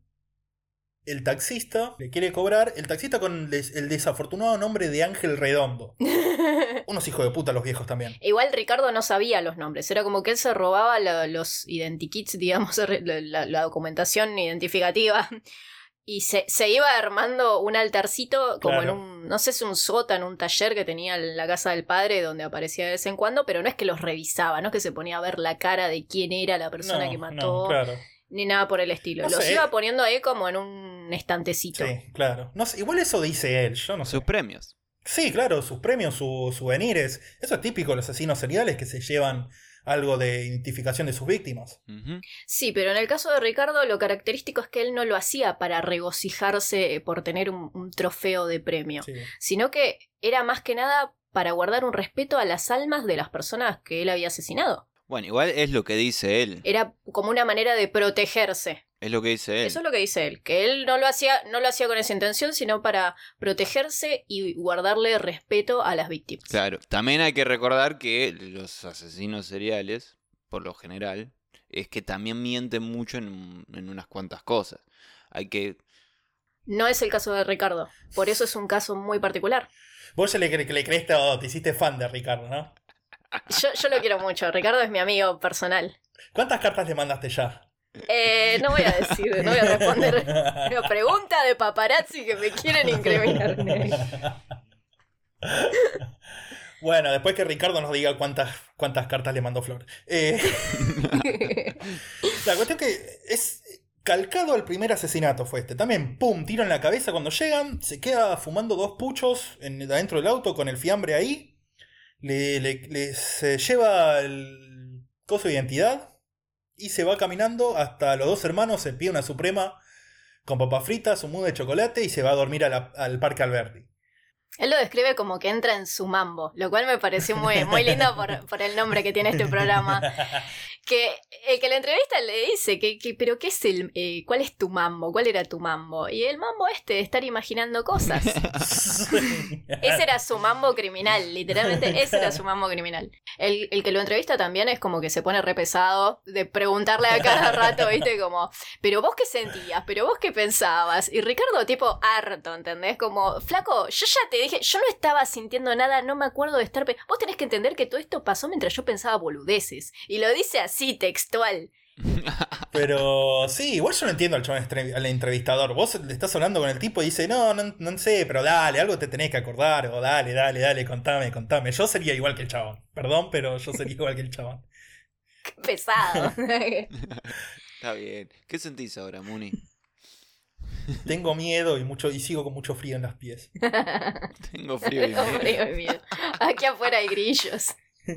el taxista le quiere cobrar, el taxista con el desafortunado nombre de Ángel Redondo. Unos hijos de puta los viejos también. Igual Ricardo no sabía los nombres, era como que él se robaba los identikits, digamos, la documentación identificativa. Y se iba armando un altarcito como Claro. en un, no sé si un sótano, un taller que tenía en la casa del padre donde aparecía de vez en cuando, pero no es que los revisaba, no es que se ponía a ver la cara de quién era la persona que mató, No, claro. ni nada por el estilo. No Los sé. iba poniendo ahí como en un estantecito. Sí, claro. No sé, igual eso dice él, yo no sé. Sus premios. Sí, claro, sus premios, sus souvenirs. Eso es típico de los asesinos seriales que se llevan algo de identificación de sus víctimas. Ujú. Sí, pero en el caso de Ricardo lo característico es que él no lo hacía para regocijarse por tener un trofeo de premio, Sí. sino que era más que nada para guardar un respeto a las almas de las personas que él había asesinado. Bueno, igual es lo que dice él. Era como una manera de protegerse. Es lo que dice él. Eso es lo que dice él, que él no lo hacía con esa intención, sino para protegerse y guardarle respeto a las víctimas. Claro. También hay que recordar que los asesinos seriales, por lo general, es que también mienten mucho en unas cuantas cosas. Hay que... No es el caso de Ricardo, por eso es un caso muy particular. Vos ya le crees todo, te hiciste fan de Ricardo, ¿no? Yo lo quiero mucho, Ricardo es mi amigo personal. ¿Cuántas cartas le mandaste ya? No voy a decir, no voy a responder una pregunta de paparazzi que me quieren incriminar. Bueno, después que Ricardo nos diga cuántas cartas le mandó Flor. La cuestión que es calcado al primer asesinato fue este. También, pum, tiro en la cabeza cuando llegan, se queda fumando 2 puchos adentro del auto con el fiambre ahí. Se lleva el coso de identidad y se va caminando hasta los 2 hermanos, se pide una suprema con papas fritas, un mousse de chocolate y se va a dormir al Parque Alberti. Él lo describe como que entra en su mambo, lo cual me pareció muy lindo por el nombre que tiene este programa. Que el que la entrevista le dice, pero ¿qué es cuál es tu mambo? ¿Cuál era tu mambo? Y el mambo de estar imaginando cosas. Ese era su mambo criminal, literalmente ese era su mambo criminal. El que lo entrevista también es como que se pone re pesado de preguntarle a cada rato, ¿viste? Como, pero vos qué sentías, pero vos qué pensabas. Y Ricardo tipo harto, ¿entendés? Como, flaco, yo ya te dije, yo no estaba sintiendo nada, no me acuerdo de estar... Vos tenés que entender que todo esto pasó mientras yo pensaba boludeces. Y lo dice así, textual. Pero sí, igual yo no entiendo al entrevistador. Vos le estás hablando con el tipo y dice, no sé, pero dale, algo te tenés que acordar. O dale, contame. Yo sería igual que el chabón. Perdón, pero yo sería igual que el chabón. Qué pesado. Está bien. ¿Qué sentís ahora, Muni? Tengo miedo y sigo con mucho frío en los pies. Tengo frío y Tengo miedo. frío y miedo. Aquí afuera hay grillos.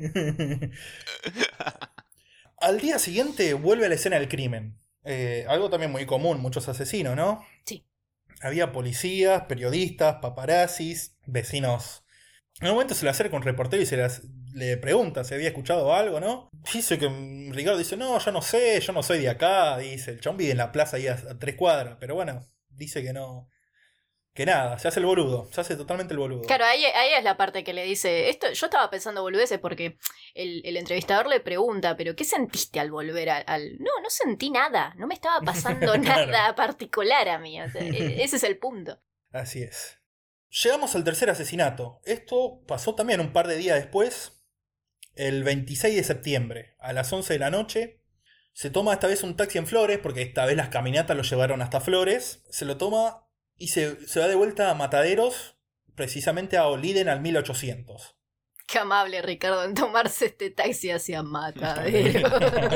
Al día siguiente vuelve a la escena del crimen. Algo también muy común, muchos asesinos, ¿no? Sí. Había policías, periodistas, paparazzis, vecinos. En un momento se le acerca un reportero y le pregunta si había escuchado algo, ¿no? Dice que Ricardo dice, no, yo no sé, yo no soy de acá. Dice, el chabón vive en la plaza ahí a 3 cuadras. Pero bueno, dice que no. Que nada, se hace el boludo, se hace totalmente el boludo. Claro, ahí es la parte que le dice, yo estaba pensando boludeces porque el entrevistador le pregunta, pero ¿qué sentiste al volver al...? No sentí nada, no me estaba pasando nada particular a mí, o sea, ese es el punto. Así es. Llegamos al tercer asesinato. Esto pasó también un par de días después, el 26 de septiembre, a las 11 de la noche. Se toma esta vez un taxi en Flores, porque esta vez las caminatas lo llevaron hasta Flores. Se lo toma y se va de vuelta a Mataderos, precisamente a Oliden al 1800. Qué amable, Ricardo, en tomarse este taxi hacia Mataderos.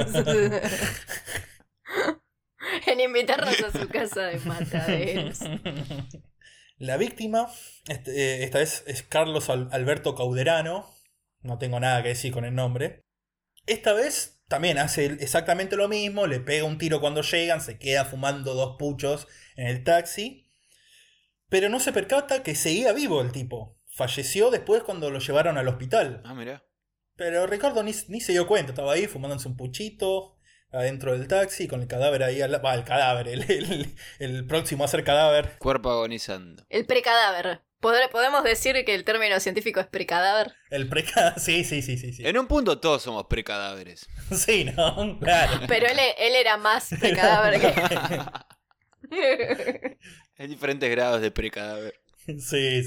En invitarnos a su casa de Mataderos. La víctima, esta vez es Carlos Alberto Cauderano. No tengo nada que decir con el nombre. Esta vez también hace exactamente lo mismo. Le pega un tiro cuando llegan. Se queda fumando 2 puchos en el taxi. Pero no se percata que seguía vivo el tipo. Falleció después cuando lo llevaron al hospital. Ah, mirá. Pero Ricardo ni se dio cuenta. Estaba ahí fumándose un puchito adentro del taxi con el cadáver ahí el cadáver, el próximo a ser cadáver. Cuerpo agonizando. El precadáver. ¿Podemos decir que el término científico es precadáver? El precadáver, sí. En un punto todos somos precadáveres. Sí, ¿no? Claro. Pero él era más precadáver que... Hay diferentes grados de precadáver. Sí.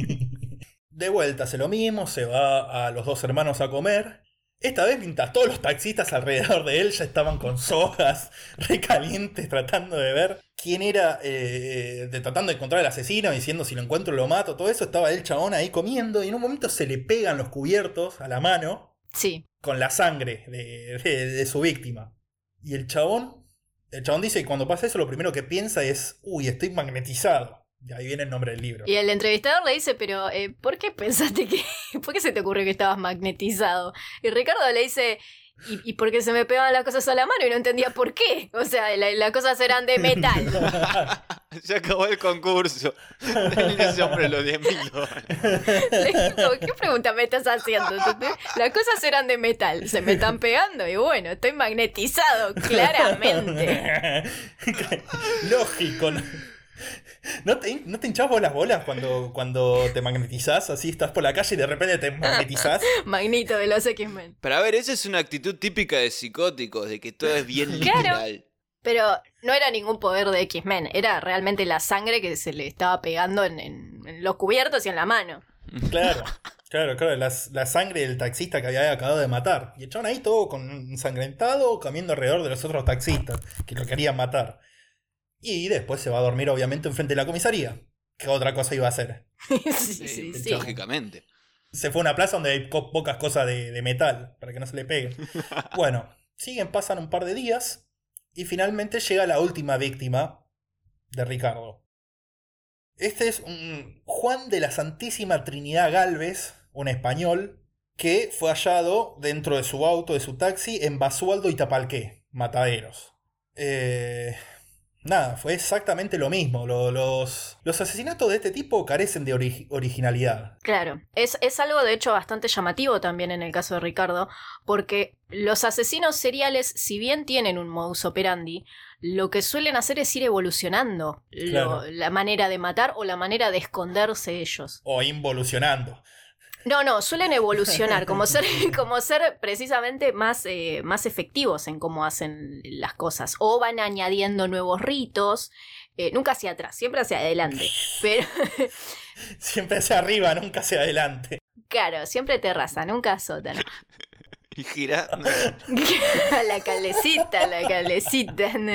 De vuelta hace lo mismo, se va a los 2 hermanos a comer. Esta vez, mientras todos los taxistas alrededor de él ya estaban con sogas recalientes tratando de ver quién era, tratando de encontrar al asesino, diciendo si lo encuentro lo mato, todo eso, estaba el chabón ahí comiendo y en un momento se le pegan los cubiertos a la mano Sí. con la sangre de su víctima. Y el chabón dice que cuando pasa eso lo primero que piensa es, uy, estoy magnetizado. Y ahí viene el nombre del libro. Y el entrevistador le dice, pero ¿por qué pensaste que... ¿Por qué se te ocurrió que estabas magnetizado? Y Ricardo le dice, y porque se me pegaban las cosas a la mano y no entendía por qué. O sea, las cosas eran de metal. Se acabó el concurso. Denle ese hombre los $10.000. Le digo, ¿qué pregunta me estás haciendo? Las cosas eran de metal, se me están pegando y bueno, estoy magnetizado, claramente. Lógico. ¿No te hinchás vos las bolas cuando te magnetizás? Así estás por la calle y de repente te magnetizás. Magnito de los X-Men. Pero a ver, esa es una actitud típica de psicóticos, de que todo es bien Claro. literal. Pero no era ningún poder de X-Men, era realmente la sangre que se le estaba pegando en los cubiertos y en la mano. Claro. La sangre del taxista que había acabado de matar. Y el chabón ahí todo con ensangrentado, comiendo alrededor de los otros taxistas que lo querían matar. Y después se va a dormir, obviamente, enfrente de la comisaría. ¿Qué otra cosa iba a hacer? Sí. Lógicamente. Se fue a una plaza donde hay pocas cosas de metal, para que no se le peguen. Bueno, pasan un par de días, y finalmente llega la última víctima de Ricardo. Este es un Juan de la Santísima Trinidad Gálvez, un español, que fue hallado dentro de su auto, de su taxi, en Basualdo y Tapalqué, Mataderos. Nada, fue exactamente lo mismo. Los asesinatos de este tipo carecen de originalidad. Claro, es algo de hecho bastante llamativo también en el caso de Ricardo, porque los asesinos seriales, si bien tienen un modus operandi, lo que suelen hacer es ir evolucionando Claro. la manera de matar o la manera de esconderse ellos. O involucionando. No, suelen evolucionar, como ser precisamente más efectivos en cómo hacen las cosas. O van añadiendo nuevos ritos, nunca hacia atrás, siempre hacia adelante. Pero, Siempre hacia arriba, nunca hacia adelante. claro, siempre terraza, nunca sótano. Y gira. La calecita. ¿No?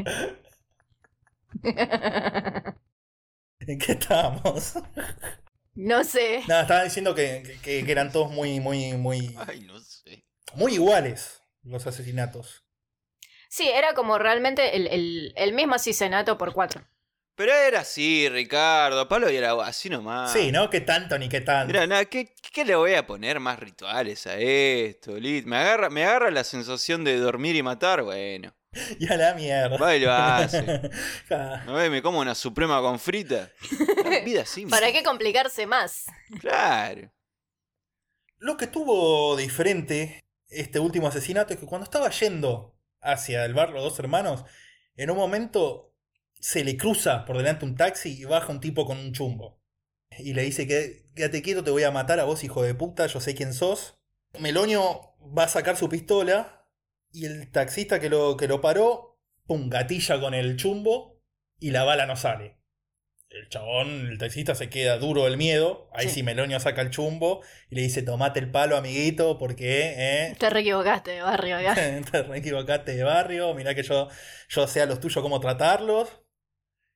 ¿En qué estábamos? No sé. Nada, estaba diciendo que eran todos muy Ay, no sé. muy iguales los asesinatos. Sí, era como realmente el mismo asesinato por 4. Pero era así, Ricardo. Pablo era así nomás. Sí, ¿no? ¿Qué tanto ni qué tanto? Mira, nada, ¿qué le voy a poner más rituales a esto? Me agarra la sensación de dormir y matar, bueno. Y a la mierda. Va y lo hace. Ja. ¿No ves? Me como una suprema con frita. Una vida simple. ¿Para qué complicarse más? Claro. Lo que tuvo diferente este último asesinato es que cuando estaba yendo hacia el bar Los Dos Hermanos, en un momento se le cruza por delante un taxi y baja un tipo con un chumbo. Y le dice que quédate quieto, te voy a matar a vos, hijo de puta, yo sé quién sos. Melonio va a sacar su pistola y el taxista que lo paró, pum, gatilla con el chumbo y la bala no sale. El taxista se queda duro del miedo. Ahí sí Melonio saca el chumbo y le dice, tomate el palo, amiguito, porque Te re equivocaste de barrio acá. te re equivocaste de barrio, mirá que yo sé a los tuyos cómo tratarlos.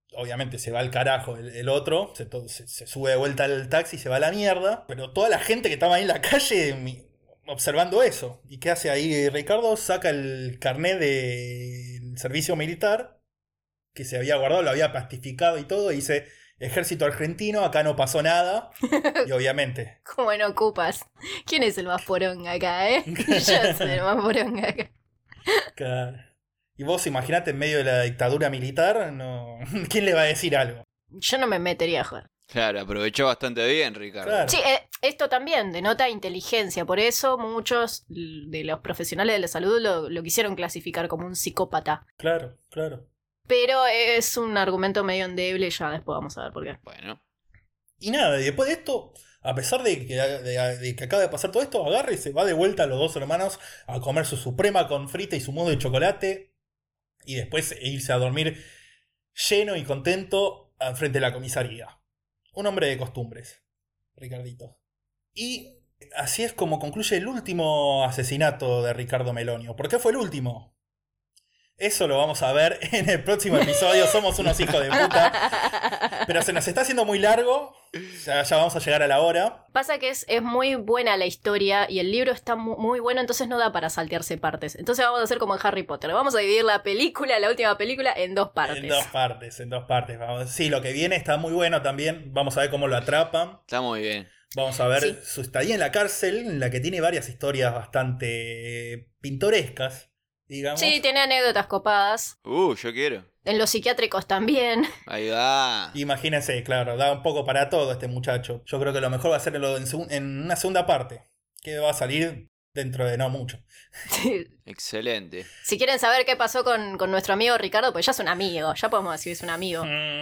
Obviamente se va al carajo el otro, se sube de vuelta al taxi y se va a la mierda. Pero toda la gente que estaba ahí en la calle observando eso. ¿Y qué hace ahí Ricardo? Saca el carnet del servicio militar que se había guardado, lo había plastificado y todo, y dice: Ejército argentino, acá no pasó nada. Y obviamente. ¿Cómo no ocupas? ¿Quién es el más poronga acá, Yo soy el más poronga acá. Claro. Y vos imaginate en medio de la dictadura militar, no. ¿Quién le va a decir algo? Yo no me metería a jugar. Claro, aprovechó bastante bien, Ricardo. Claro. Sí, esto también denota inteligencia, por eso muchos de los profesionales de la salud lo quisieron clasificar como un psicópata. Claro, claro. Pero es un argumento medio endeble, ya después vamos a ver por qué. Bueno. Y nada, y después de esto, a pesar de que acaba de pasar todo esto, agarra y se va de vuelta a los dos hermanos a comer su suprema con frita y su mousse de chocolate. Y después irse a dormir lleno y contento al frente de la comisaría. Un hombre de costumbres, Ricardito. Y así es como concluye el último asesinato de Ricardo Melonio. ¿Por qué fue el último? Eso lo vamos a ver en el próximo episodio. Somos unos hijos de puta. Pero se nos está haciendo muy largo. Ya vamos a llegar a la hora. Pasa que es muy buena la historia y el libro está muy bueno, entonces no da para saltearse partes. Entonces vamos a hacer como en Harry Potter. Vamos a dividir la última película, en dos partes. En dos partes. Vamos. Sí, lo que viene está muy bueno también. Vamos a ver cómo lo atrapan. Está muy bien. Vamos a ver su estadía en la cárcel, en la que tiene varias historias bastante pintorescas, digamos. Sí, tiene anécdotas copadas. Yo quiero. En los psiquiátricos también. Ahí va. Imagínense, claro, da un poco para todo este muchacho. Yo creo que lo mejor va a ser en una segunda parte, que va a salir dentro de no mucho. Excelente. Si quieren saber qué pasó con nuestro amigo Ricardo, pues ya es un amigo, ya podemos decir que es un amigo.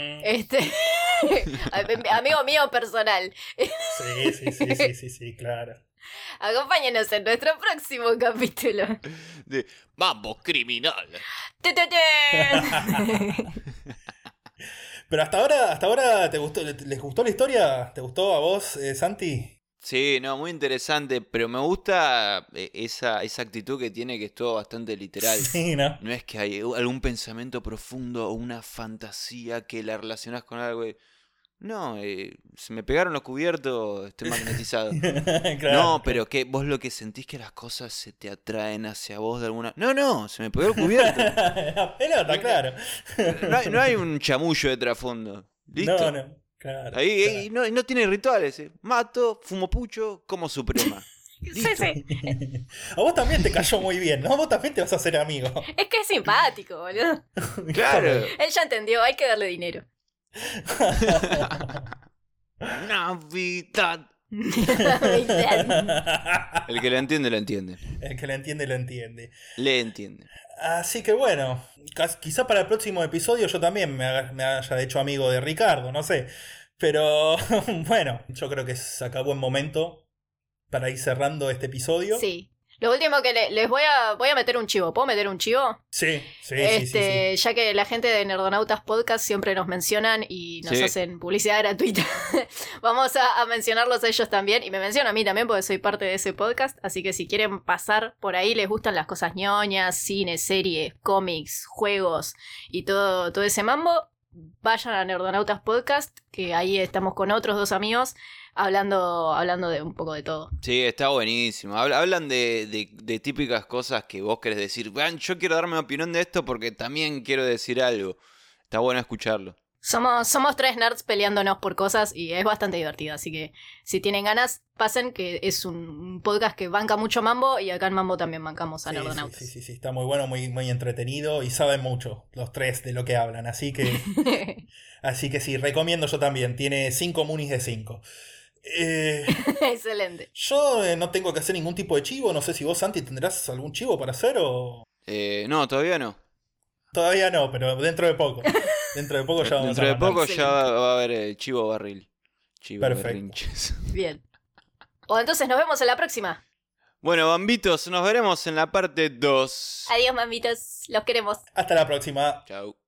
Amigo mío personal. Sí, claro. Acompáñenos en nuestro próximo capítulo. Vamos, criminal. Pero hasta ahora ¿les gustó la historia? ¿Te gustó a vos, Santi? Sí, no, muy interesante, pero me gusta esa actitud que tiene, que es todo bastante literal. Sí, ¿no? No es que hay algún pensamiento profundo o una fantasía que la relacionás con algo. No, se me pegaron los cubiertos, estoy magnetizado. Claro, no, pero que vos lo que sentís que las cosas se te atraen hacia vos de alguna... No, se me pegó el cubierto. La pelota, claro. No hay un chamullo de trasfondo. ¿Listo? No, claro. Ahí no tiene rituales. Mato, fumo pucho, como suprema. ¿Listo? Sí. A vos también te cayó muy bien, ¿no? Vos también te vas a hacer amigo. Es que es simpático, boludo. Claro. Él ya entendió, hay que darle dinero. Navidad. El que lo entiende, lo entiende. El que lo entiende, lo entiende. Le entiende. Así que bueno, quizá para el próximo episodio yo también me haya hecho amigo de Ricardo, no sé. Pero bueno, yo creo que se acabó en momento para ir cerrando este episodio. Sí. Lo último que les voy a meter un chivo. ¿Puedo meter un chivo? Sí. Ya que la gente de Nerdonautas Podcast siempre nos mencionan y nos hacen publicidad gratuita. Vamos a mencionarlos a ellos también. Y me mencionan a mí también porque soy parte de ese podcast. Así que si quieren pasar por ahí, les gustan las cosas ñoñas, cine, series, cómics, juegos y todo ese mambo, vayan a Nerdonautas Podcast, que ahí estamos con otros dos amigos hablando de un poco de todo. Sí, está buenísimo. Hablan de típicas cosas que vos querés decir. Yo quiero darme una opinión de esto porque también quiero decir algo. Está bueno escucharlo. Somos tres nerds peleándonos por cosas y es bastante divertido. Así que si tienen ganas, pasen, que es un podcast que banca mucho Mambo y acá en Mambo también bancamos a Nerdonautas. Sí, está muy bueno, muy entretenido y saben mucho los tres de lo que hablan. Así que sí, recomiendo yo también. Tiene 5 munis de 5. Excelente. Yo no tengo que hacer ningún tipo de chivo. No sé si vos, Santi, tendrás algún chivo para hacer o... No, todavía no. Todavía no, pero dentro de poco. Dentro de poco ya vamos Dentro a de poco Excelente. ya va a haber chivo barril. Chivo Perfecto. berrinches. Bien. O entonces nos vemos en la próxima. Bueno, bambitos, nos veremos en la parte 2. Adiós, mamitos. Los queremos. Hasta la próxima. Chau.